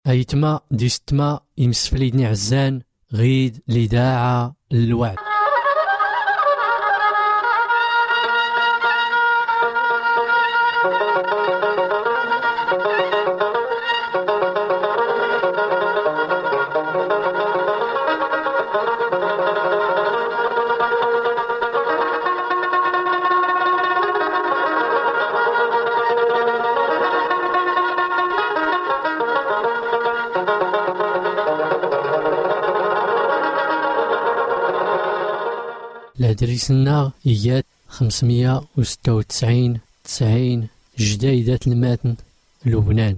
أيتما ديستما يمسفليدني عزان غيد لداعة الوعد. الهدريسنا إيات 596 90 جديدة الماتن لبنان.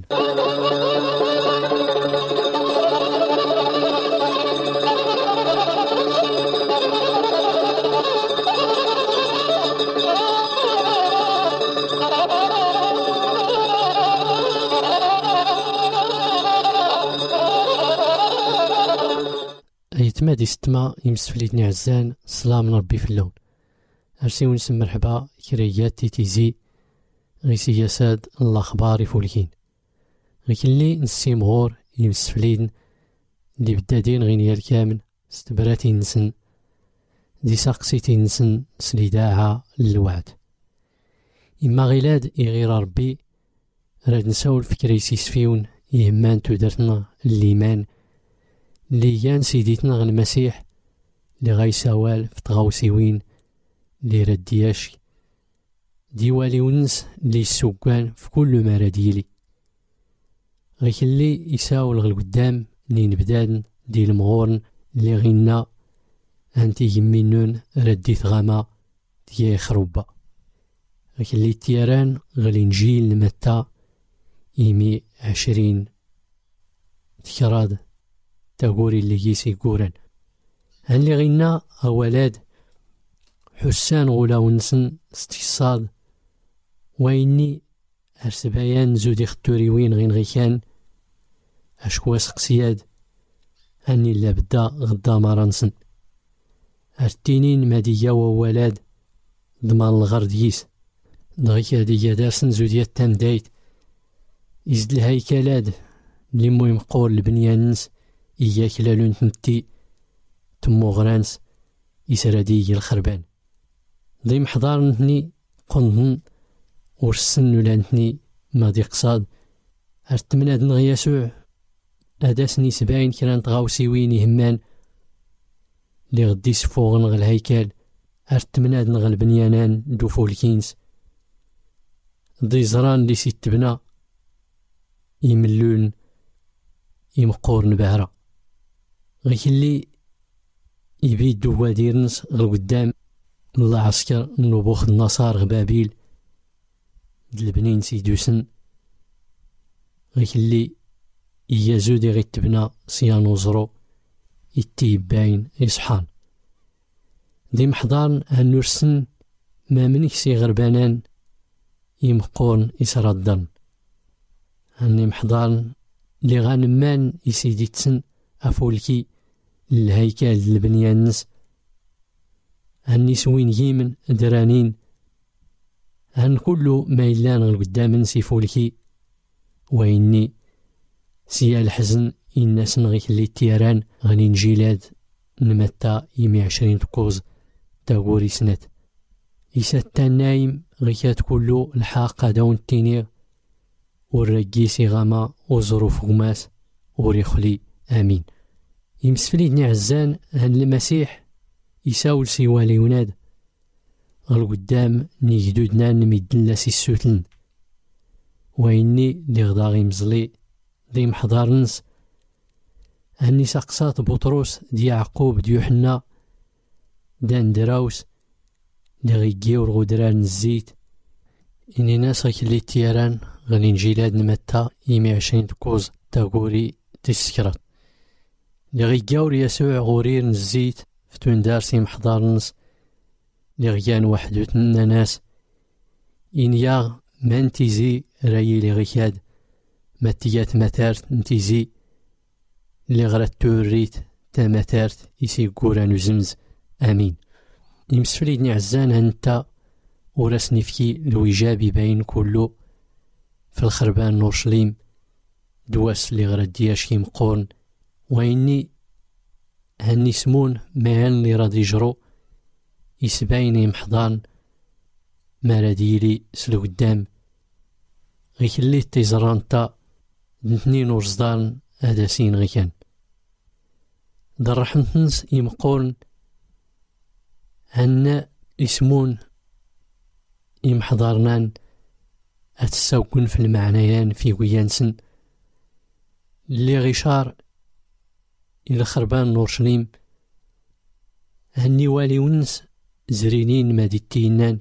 أيتما ديستما يمسفليتني عزان سلام من ربي في اللون. أرسي ونسم مرحبا كريات تيتيزي غي سياساد الأخبار يفولكين غي كلي نسي مغور يمسفليدن اللي بدادين غي نيال كامل استبراتي نسن دي ساقسيتي نسن سليداعة للوعد. إما غيلاد إغير ربي راد نساول فكري سيسفيون يهمان تودرتنا الليمان اللي يان سيديتنا غن المسيح اللي غايساوال في تغاوسيوين اللي ردياش ديوالي ونس اللي السوقان في كل مراديلي غيك اللي يساول غل قدام اللي نبدادن دي المغورن اللي غينا انتي يمينون رديت غاما دي خروبا غيك اللي تيران غل انجيل نمتا إيمي 20 تكراد تقوري اللي يسي قوران هن اللي غينا أولاد حسان غولا ونسن استصاد ويني أرسبايان زودي ختوريوين غين غيكان أشكوا سقسياد هني اللي بدا غدا مرانسن أرتينين مادية وولاد ضمان الغرديس دغيك هادية دارسن زودية تامدايت إزد الهيكالاد اللي مهم قول البنيانس إياك لالون تمتي تمو غرانس يسرادي الخربان ضي محضار نتني قنن ورسن ولانتني ما دي قصاد أرتمناد نغي يسوع أداسني سباين كران تغاوسيوين يهمان لي غدي سفوغن غ الهيكال أرتمناد نغ البنيانان دوفو الكينس ضي زران لي سيتبنا يملون يمقورن بهرا غيك اللي يبيد دوا ديرنس غل قدام الله عسكر نبوخ النصار غبابيل دلبنين سيدوسن غيك اللي يزودي غي تبنا صيان وزرو يتيباين يصحان دي محضارن هنورسن ما منك سي غربانان يمقورن يسردن هني محضارن لي غانمان يسيدي تسن أفولكي الهيكل البنيانس هني سوين يمن درانين هن كله ميلان غل قدام سيفولكي ويني سيا الحزن الناس نغيك اللي تيران غني نجيلاد نمتا 20 تقوز تاغوري سنت يساتا نايم غيكات كله الحاقة داون تينيغ والرقيسي غاما وظروف غماس وريخلي آمين. يمسفليدني عزان هن المسيح يساول سيوالي وناد غل قدام نيجدودنا نميدن لاسي السوتلن ويني لي غداغي مزلي دي محضارنس هني ساقسات بطروس دي يعقوب دي يوحنا دان دراوس لي غيجيو الغدران الزيت إني ناس غيك اللي تيران غني نجيلاد نمتا 20 تكوز تاغوري تسكرات لي غيجاور يسوع غورير الزيت فتون دارسي محضارنس لي غيان وحدوتنا ناس إنياغ مانتيزي رايي لي غيكاد ماتيات ماتارت نتيزي لي غرات توريت تا ماتارت يسي قوران وزمز آمين. يمسفليدني عزان هنتا ورسني فكي الوجابي باين كله في الخربان نورشليم دواس اللي غرا دياش يمقورن وإني هني سمون معان اللي راد يجرو يسباين يمحضان مراديلي سلو قدام غيكلي تيزران تا دنتنين ورزدان أداسين غيكان درحمتنس يمقورن هنا يسمون يمحضرنان أتساوكن في المعنيان في ويانسن اللي غيشار إلى خربان نورشليم هني والي ونس زرينين مادي التينان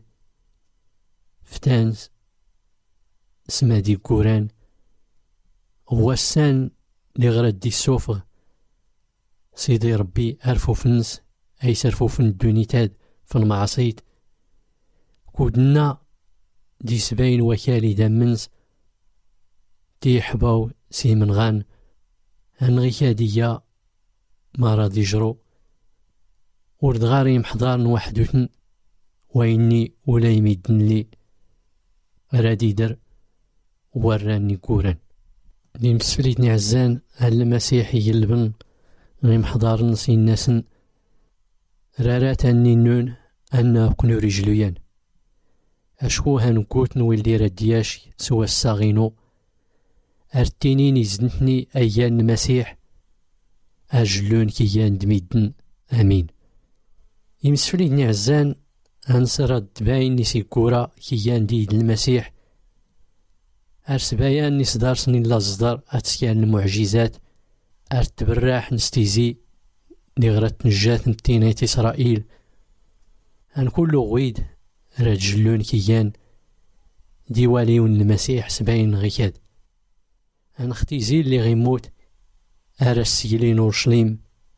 فتانس سمادي كوران واسان اللي غرد دي السوفغ سيدي ربي عرفو فنس أي سرفو فن الدونيتاد في المعصيد كودنا دي سباين وكالي دامنس دي حباو سي من غان هنغي كادية ما راد يجرو ورد غاري محضارن وحدوثن وإني ولا يميدن لي رادي در وراني كوران دي مسفليتني عزان هل المسيح يلبن غي محضارن سي الناسن راراتني نون أنا كنو رجليان أشكو هنقوت نولي ردياش سوا الساغينو أرتينين يزنتني أيان المسيح أجلون كيان دميدن أمين يمسفليني عزان أنسرد باين نسي كورا كيان ديد المسيح أرسبايان نسدار سنين لازدار أتسكان المعجزات أرتبراح نستيزي لغرات نجات نتينة إسرائيل أن كل غويد رجلون كيان ديواليون المسيح سباين غيكاد أن اختيزي اللي غيموت أرسيلين أورشليم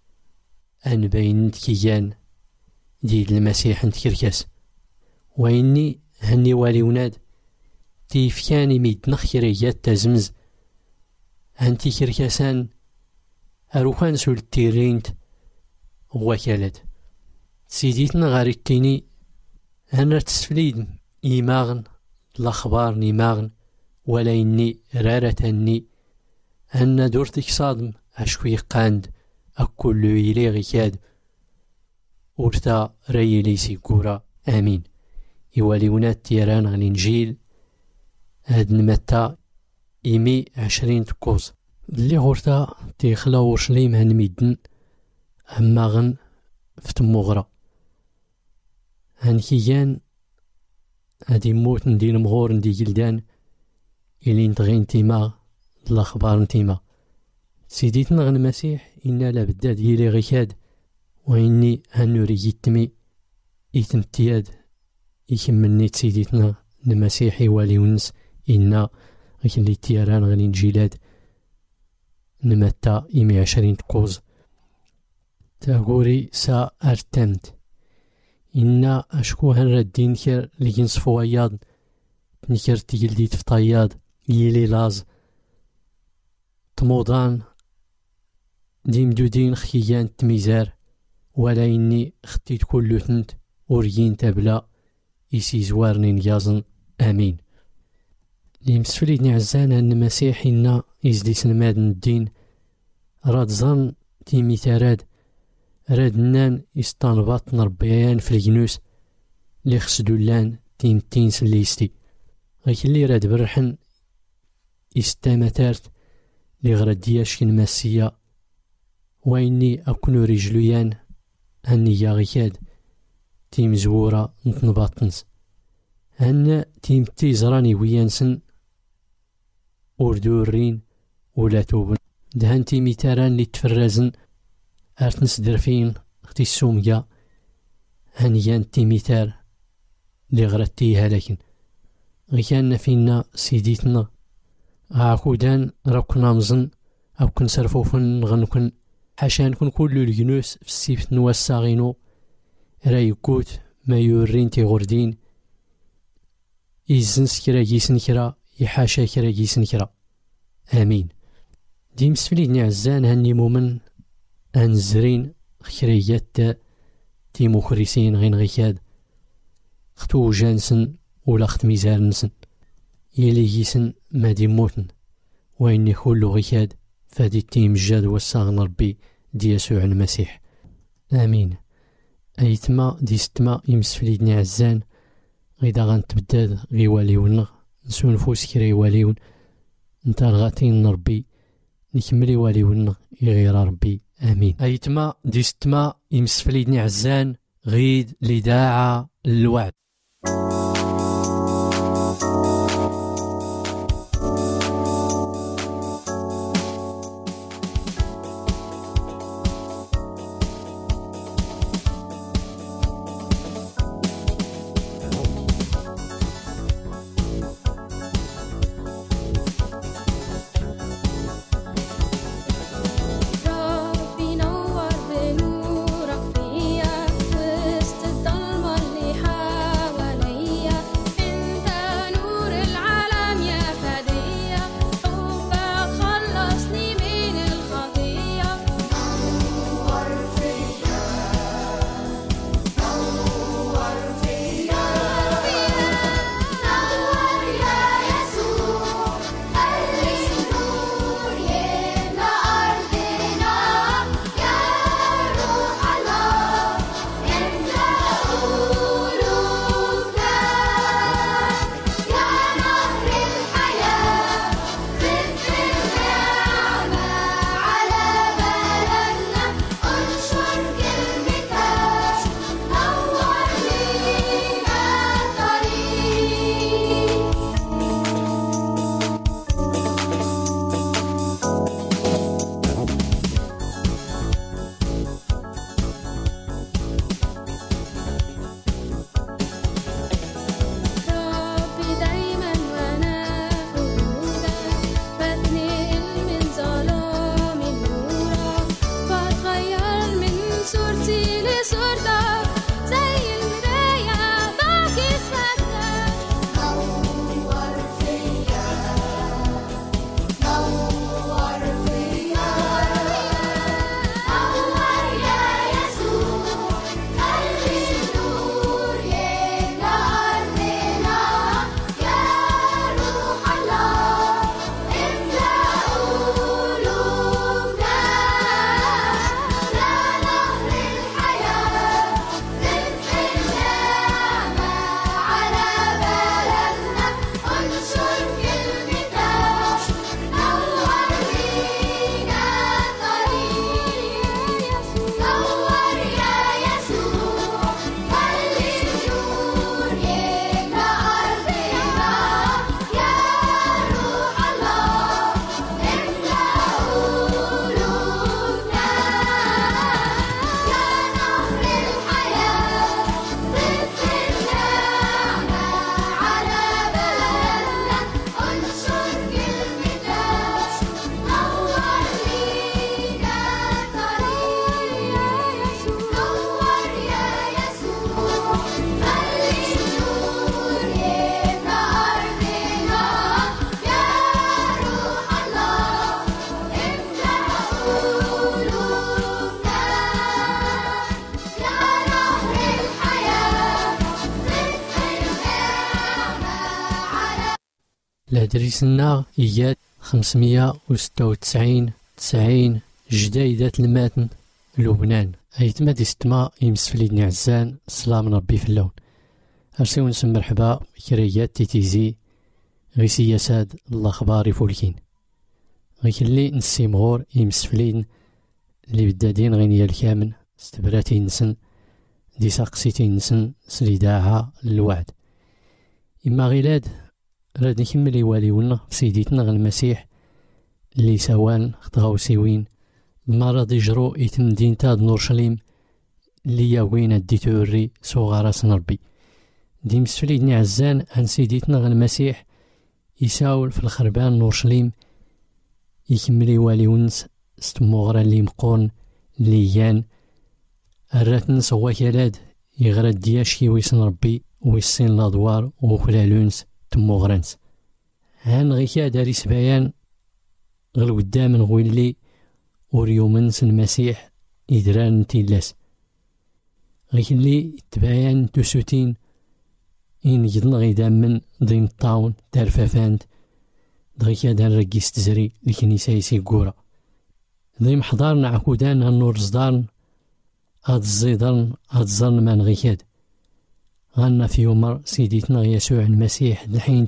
أن بينت كيان ديد المسيح نتكركس وإني هني والي وناد تيفكاني ميدنا خيريات تزمز هانتي كركسان أروكان سول تيرينت وكالات سيديتنا غاريتيني أنا تسفليد إيماغن الأخبار نيماغن ولا إني رارتني أن دورتك صادم أشكوي قاند أكل إلي غيكاد ورتا ريلي سيكورا آمين يواليونات تيران غن إنجيل هاد نمتا إيمي 20 تكوز اللي غورتا تيخلا ورشليم هنميدن هماغن فتموغرا هنكيان هادي موت ندي المغور ندي جلدان إلي نتغين تيما الأخبار نتيما سيديتنا غن المسيح إنا لابد ديالي غيكاد وإني هنوري يتمي يتمتياد يكملني سيديتنا المسيح والي ونس إنا غيكلي تيران غن إنجيلاد نمتا إيمي 20 تقوز تاغوري سا أرتمت إنا أشكو هنردين نكر لكن صفوياض نكر تيجلدي تفطياض يلي لاز تموضان ديم دودين خيان تميزار ولا إني خطيت كل ثنت وريين تبلا إسي زوارني نيازن آمين لي مسفليدني عزان أن المسيح إنا إزدي سنمادن الدين راد ظن تيمي تاراد رادنان يستنبط نربيان في الجنوس لي خسدو لان تيمتين سليستي غيك اللي راد برحن استامتارت لي غراد دياش كنماسية وإني أكون رجليان هني يا غيكاد تيم زورا نتنبطنس هن تيم تيزراني ويانسن أردورين ولا توبن دهان تيمي تاران لي تفرزن أرتنس درفين اختي السومية هنيان تيميتار لي غرتيها لكن غيكان فينا سيديتنا عاكودان راكنا مزن أو كنسرفوفن غنكن حاشا نكون كل الجنوس في السيفت نواساغينو رايكوت ما يورين تيغوردين إزن سكرا جيسن كرا يحاشا كرا جيسن كرا آمين دي مسفليدني عزان هني مومن أنزرين خريات تيمو خريسين غين غيكاد ختو جانسن ولا خت ميزارنسن يلي جيسن ما دي موتن وإن كل غياد فادي التيمجاد والساغن ربي دي يسوع المسيح. آمين. أيتما دي ستما يمسفليدني عزان غيدا غنتبداد غيواليون نسون فوس كري واليون نتا الغاتين ربي نكملي واليون يغير ربي. آمين. أيتما دي ستما يمسفليدني عزان غيد لداعة الوعد. الهدريسنا إياد 596 90 جدايدة الماتن لبنان. أيتما دي ستما يمسفليدني عزان سلام ربي في اللون. أرسيو نسم مرحبا كريات تيتيزي غي سياساد الأخبار فولكين غي كلي نسي مغور يمسفلين اللي بدادين غينيا الكامن استبراتي نسن دي ساقسيتي نسن سليداعة الوعد. إما غيلاد راد نكمل يواليونا في سيديتنا غ المسيح اللي سوان خطغاوسيوين المرض يجرو يتم دينتا نورشليم اللي ياوين الديتوري صغار ربي دي مسفليدني عزان عن سيديتنا غ المسيح يساول في الخربان نورشليم يكمل يواليونس ستموغرا اللي مقون ليان الراتن سوا كالاد يغرد دياشكي ويسن ربي ويسين الادوار وخلالونس تموغرانس هان غيكا داري سبايان غل قدام غويلي وريومنس المسيح إدران تيلاس غيكلي تبايان تسوتين إن جدن غيدام من ضيم الطاون تارفافاند دغيك دان رقيس تزري الكنيسة يسيقورا ذي محضارنا عكودان النور زدارن هاد الزيدرن هاد الزرن ما نغيكاد غانا في يومر سيديتنا يسوع المسيح الحين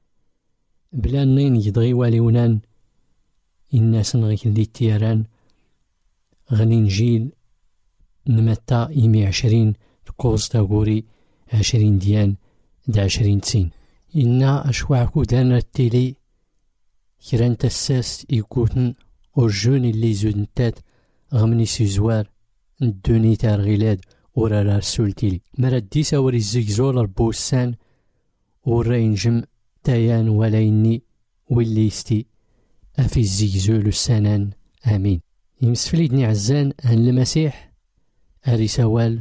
بلا نين يدغي واليونان الناس نغيك اللي تيران غني نجيل نمتا 120 تقوز تاغوري 20 ديان 20 تسين إنا أشواع كودان التيلي كران تساس يكوتن والجون اللي زودنتات غمني سيزوار ندوني تار غيلاد ورا رسولتيلي مرادي ساوري الزيكزول ربوسان ورينجم تايان ولايني واللي يستي أفي الزيكزول السنان آمين. يمسفليدني عزان أن المسيح أري سوال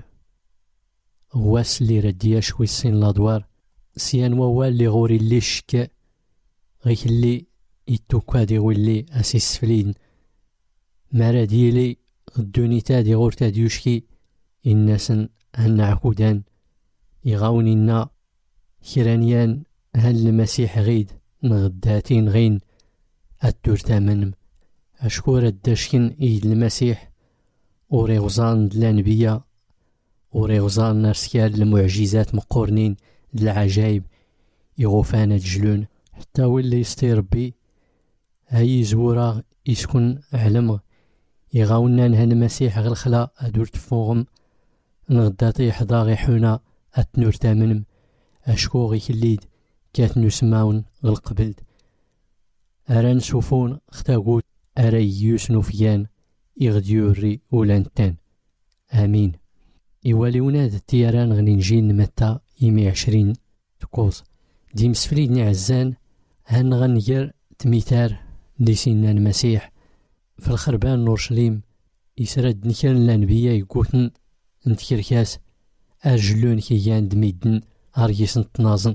غواس اللي ردياش ويسين لادوار سيان ووال اللي غوري اللي شكا غيك اللي يتوكادي واللي أسيس فليدن مراديلي غدوني تادي غور تاديوشكي الناسن هن عكودان يغاونينا كرانيان هل المسيح غيد نغداتين غين التورتا منم أشكور الدشكن إيد المسيح وريغزان دلانبيا وريغزان نارسكال المعجزات مقورنين العجائب يغوفانا جلون حتى واللي يستي ربي هاي زورا يسكن علم يغاونا نهن المسيح غالخلا أدور تفوغم نغداتي حضاغي حونا أتنور تامنم أشكوغي كليد كات نسماون غالقبلد أران سوفون اختاقوت أري يوسنو فيان يغديوري ولانتان آمين. إيواليونا ذا التياران غني نجين نمتا 120 تقوز دي مسفليدني عزان هن غنير تميتار دي سينا المسيح في الخربان نورشليم يسرد نكان الأنبياء يقوتن نتكركاس أرجلون كيان دميدن أريسن تنازن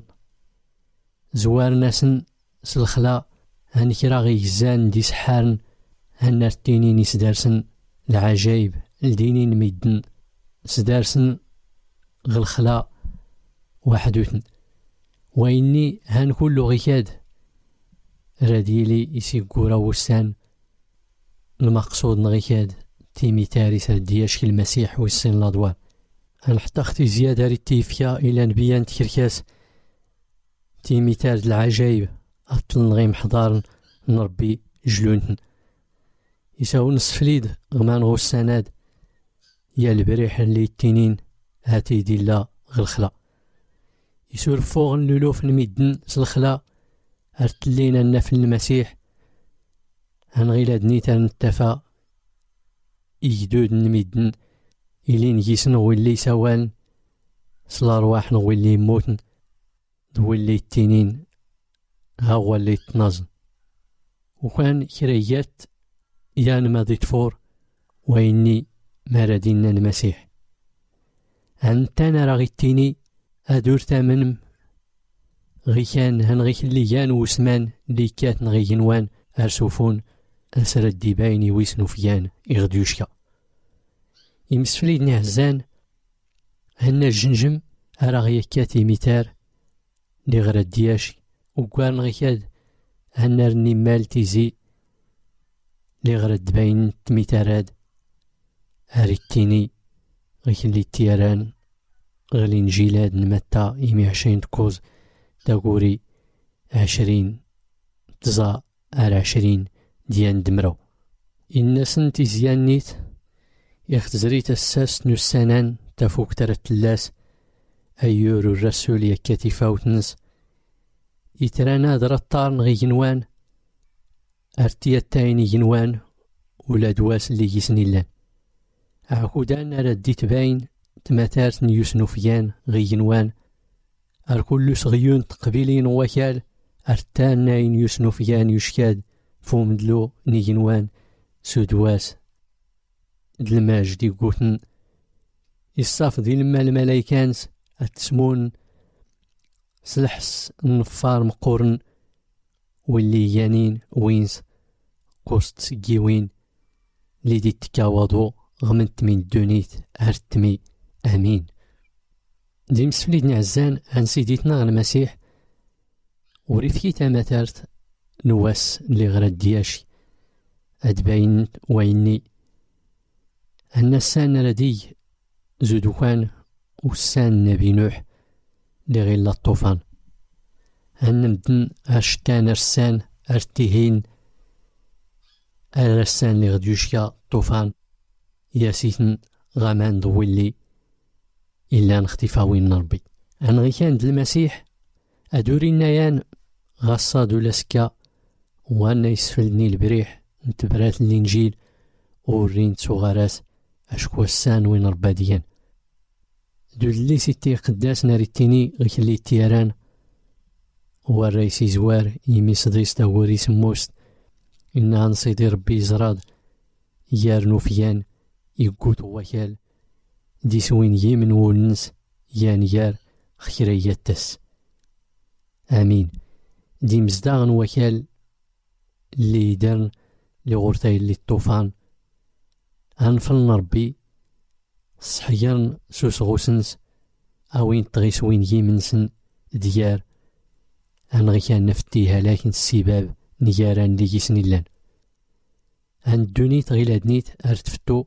زوار ناسن سلخلا هن كرا غيزان دي سحارن هن نرتينين يسدارسن العجايب الدينين ميدن سدارسن غالخلا وحدوثن وإني هن كل غيكاد راديلي يسيقورا وسان المقصود نغيكاد تيمي تاريس ردياش المسيح والسن لادوار هن حتى اختي زيادة ريتيفيا إلى نبيان تكركاس تيمي تارد العجايب أطلن غيم حضارن نربي جلونتن يساو نصفليد غمان غو السناد يا البريح اللي التنين هاتي دي لا غالخلا يسور فوغن لولوف نميدن سالخلا هرتلينا النفل المسيح هنغيلاد نيتا نتفا يجدود نميدن إلي نجيسن واللي سوان سلا رواح واللي يموتن واللي التنين هاو اللي تنازن وكان كريات يان ما ضيتفور وإني مردينا المسيح أنتنا رغيتيني أدور تامنم غيكان هنغيك اللي يان وسمان اللي كات نغينوان أرسوفون أسرد ديبايني ويسنو فيان إغديوشكا يمسفليدني عزان هنا الجنجم أراغي كاتي ميتار لي غرد دياش وقوار غيكاد هنا النمال تيزي لي غرد باين تميتاراد هاريتيني غيك اللي تيران غلي نجيلاد نمتا 120 تكوز تاقوري 20 تزا 20 ديان دمرو الناس نتيزيان نيت يختزريت الساس نسانان تفوق ترت اللاس أيور الرسول يكاتي فاوتنس يترانا درطار نغي جنوان أرتيات تايني جنوان ولاد واس اللي يسني لان عقودان رديت باين تماتارت نيوسنو فيان غي جنوان أركل صغيون تقبيلين وكال أرتان ناين يوسنو فيان يشكاد فومدلو نيجنوان سودواس دلماج دي قوتن يصاف دي لما الملايكانس التسمون سلحس النفار مقورن واللي يانين وينس قوست جيوين لي دي تكاوضو غمنت من دونيت هرتمي امين. دي مسفليدني عزان عن سيديتنا المسيح وريثكي تاماتارت نواس اللي غرد دياشي أدبين ويني أن السان ردي زدوكان والسان نبي نوح لغير الطوفان أن مدن أشتان أرسان أرتهين أرسان لغديوشيا طوفان ياسيثن غامان ضويلي إلا نختفاوين نربي أن غيكان المسيح أدوري نيان غصاد لسكا وانا يسفلني البريح نتبرات الإنجيل ورين صغاراس أشكو السان وين رباديان دولي سيتي قداس ناريتيني غيكلي التيران هو الرئيس زوار يمي صديس تاوري سموست إنها نصيدي ربي زراد يارنو فيان يقوت وكال دي سوين يمن ونس يان يار خيريات تس آمين دي مزداغن وكال اللي دارن لغورتاي اللي الطوفان أنفلن ربي صحيان سوس غوسنس أوين تغيسوين يمنسن ديار أن كان نفتيها لكن السباب نياران لي يسنيلان أن دونيت غيلادنيت أرتفتو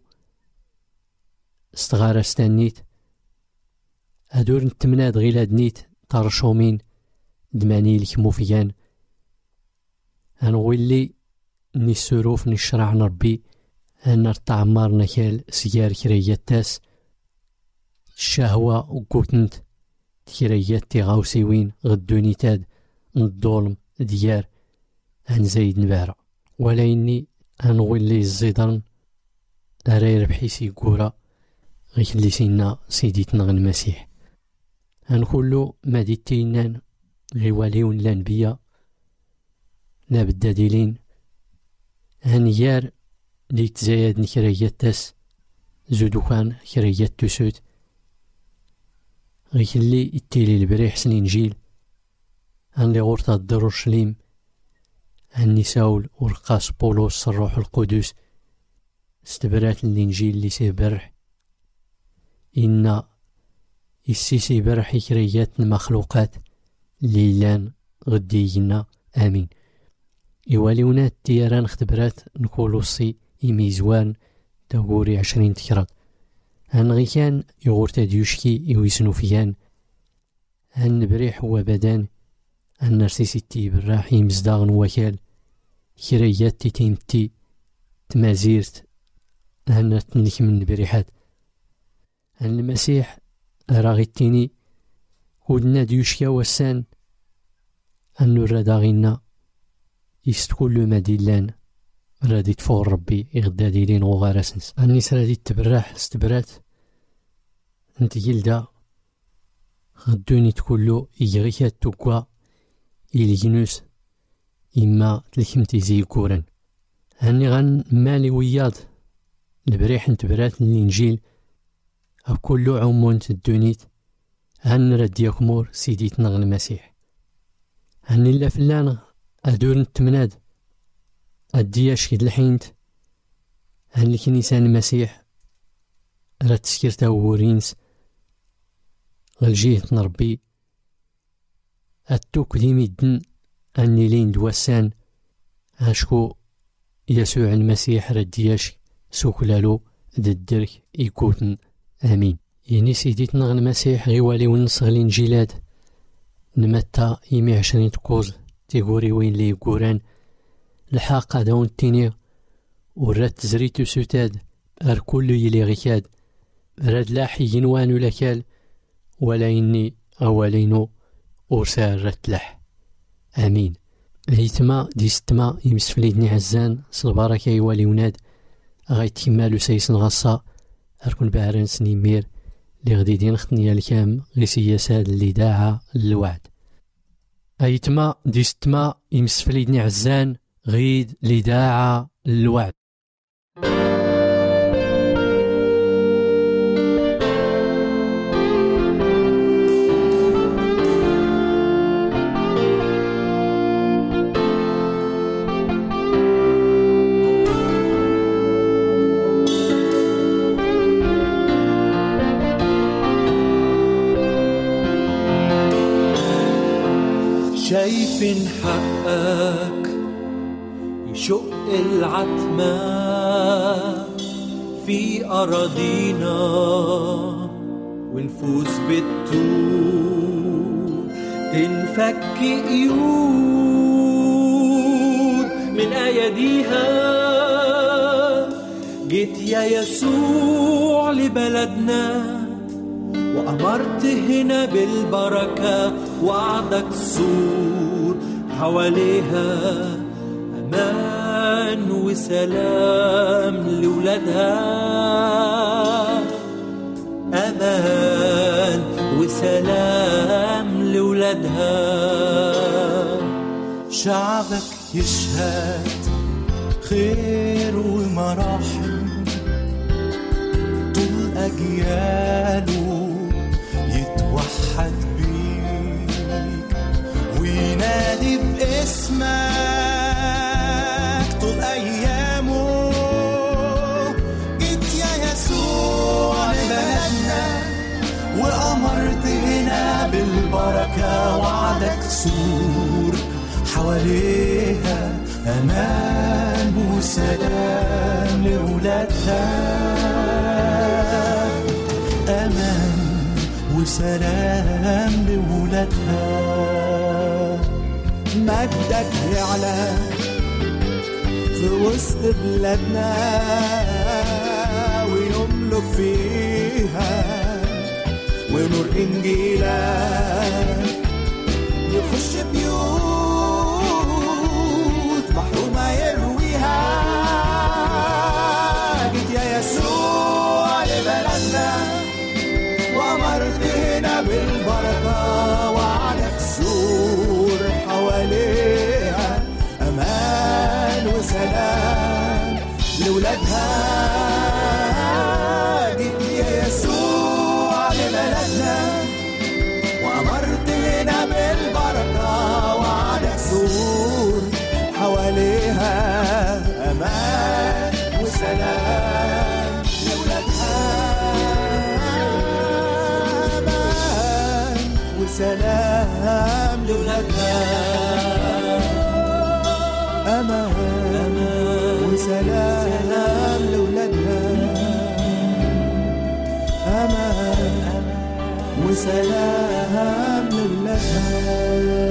استغار استانيت أدور نتمناد غيلادنيت طرشومين دماني الكموفيان أن ويلي نسروف نشرع نربي أن نرتعمر نكال سيار كريات تاس الشهوة وقوتنت كريات تغاوسيوين غدونيتاد الظلم ديار أن زايد نبارع ولا إني أنغولي الزيدرن أراير بحيسي قورا غيكلي سينا سيدي تنغ المسيح أن كلو ما ديتينان غيواليون لانبيا نابداديلين أن يار لي تزايد نكريات تاس زودوكان كريات تسود غيكلي التيلي البريح سنين جيل أن لي غورتا الدروشليم أني ساول ورقاس بولوس الروح القدس استبرات الإنجيل اللي سيبرح إن السيسي برح كريات المخلوقات ليلان غدينا آمين إيواليونات تياران اختبرات نكولوسي إميزوان تاغوري 20 تكرات أن غيكان يغورتا ديوشكي يويسنو فيان أن بريح هو بدان أن نرسيسي تي بالراح يمزداغن وكال كريات تيمتي تمازيرت أن تنك من بريحات أن المسيح راغيتيني ودنا ديوشكا وسان أن نرداغينا يستكل مديلان رادي تفور ربي إغدادي لين غوغارسنس أني سرادي تبراح استبرات انت جلدا غدوني تكلو إيغيكات توكوا إليجنوس إما تلكمتي زي كورن هاني غن مالي وياض البريح نتبرات الإنجيل أو كلو عمون تدونيت هن رديك مور سيدي تنغ المسيح هاني لا فلان أدور نتمناد أدياش كد الحينت هن الكنيسة المسيح راه تسكيرتا وورينس غالجيه نربي التوك ديمي الدن أني لين دواسان هاشكو يسوع المسيح ردياش سوكلالو ددرك يكوتن آمين يعني سيدي تنغ المسيح غيوالي ونصغ الإنجيلات نمتا يمي 20 تقوز تيغوري وين لي يقوران الحاقة داون تيني ورات تزريتو سوتاد أركولو يلي غيكاد راد لاح ينوانو لكال ولا إني أولينو ورسال رتلح آمين هيتما ديستما يمسفليدني عزان صلبارك يوالي وناد غايت كمالو سيسن غصا أركون بعرن سنيمير لي غدي دين ختنيا الكام غي سياسات اللي داعا للوعد هيتما ديستما يمسفليدني عزان غيد اللي داعا للوعد شايفين حقك العتمة في أراضينا ونفوس بالطول تنفك قيود من أيديها. جيت يا يسوع لبلدنا وأمرت هنا بالبركة، وعدك سور حواليها أمان وسلام لولادها، أمان وسلام لولادها. شعبك يشهد خير ومراحم طول أجياله، يتوحد بيك وينادي باسمك طول أيامه. جيت يا يسوع لبلدنا وأمرت هنا بالبركة، وعدك سور حواليها أمان وسلام لولادها، أمان وسلام لولادها. مجدك يعلى في وسط بلادنا ويملك فيها، ونور إنجيلك يخش بيوت محرومة يرويها. جيت يا يسوع لبلدنا وأمرت هنا بالبركة، وعدك سور حواليها أمان وسلام لولادها. جيت يا يسوع لبلدنا وأمرت هنا بالبركة، وعدك سور حواليها أمان وسلام لولادها، أمان وسلام لولادها، أمان وسلام لولادها، أمان وسلام لولادها.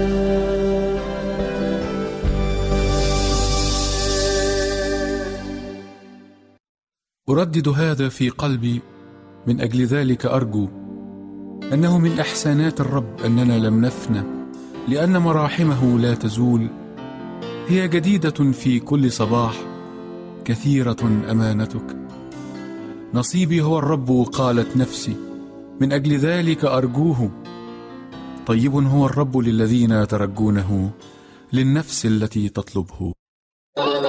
أردد هذا في قلبي، من أجل ذلك أرجو أنه من إحسانات الرب أننا لم نفنى، لأن مراحمه لا تزول، هي جديدة في كل صباح، كثيرة أمانتك. نصيبي هو الرب، قالت نفسي، من أجل ذلك أرجوه. طيب هو الرب للذين يترجونه، للنفس التي تطلبه.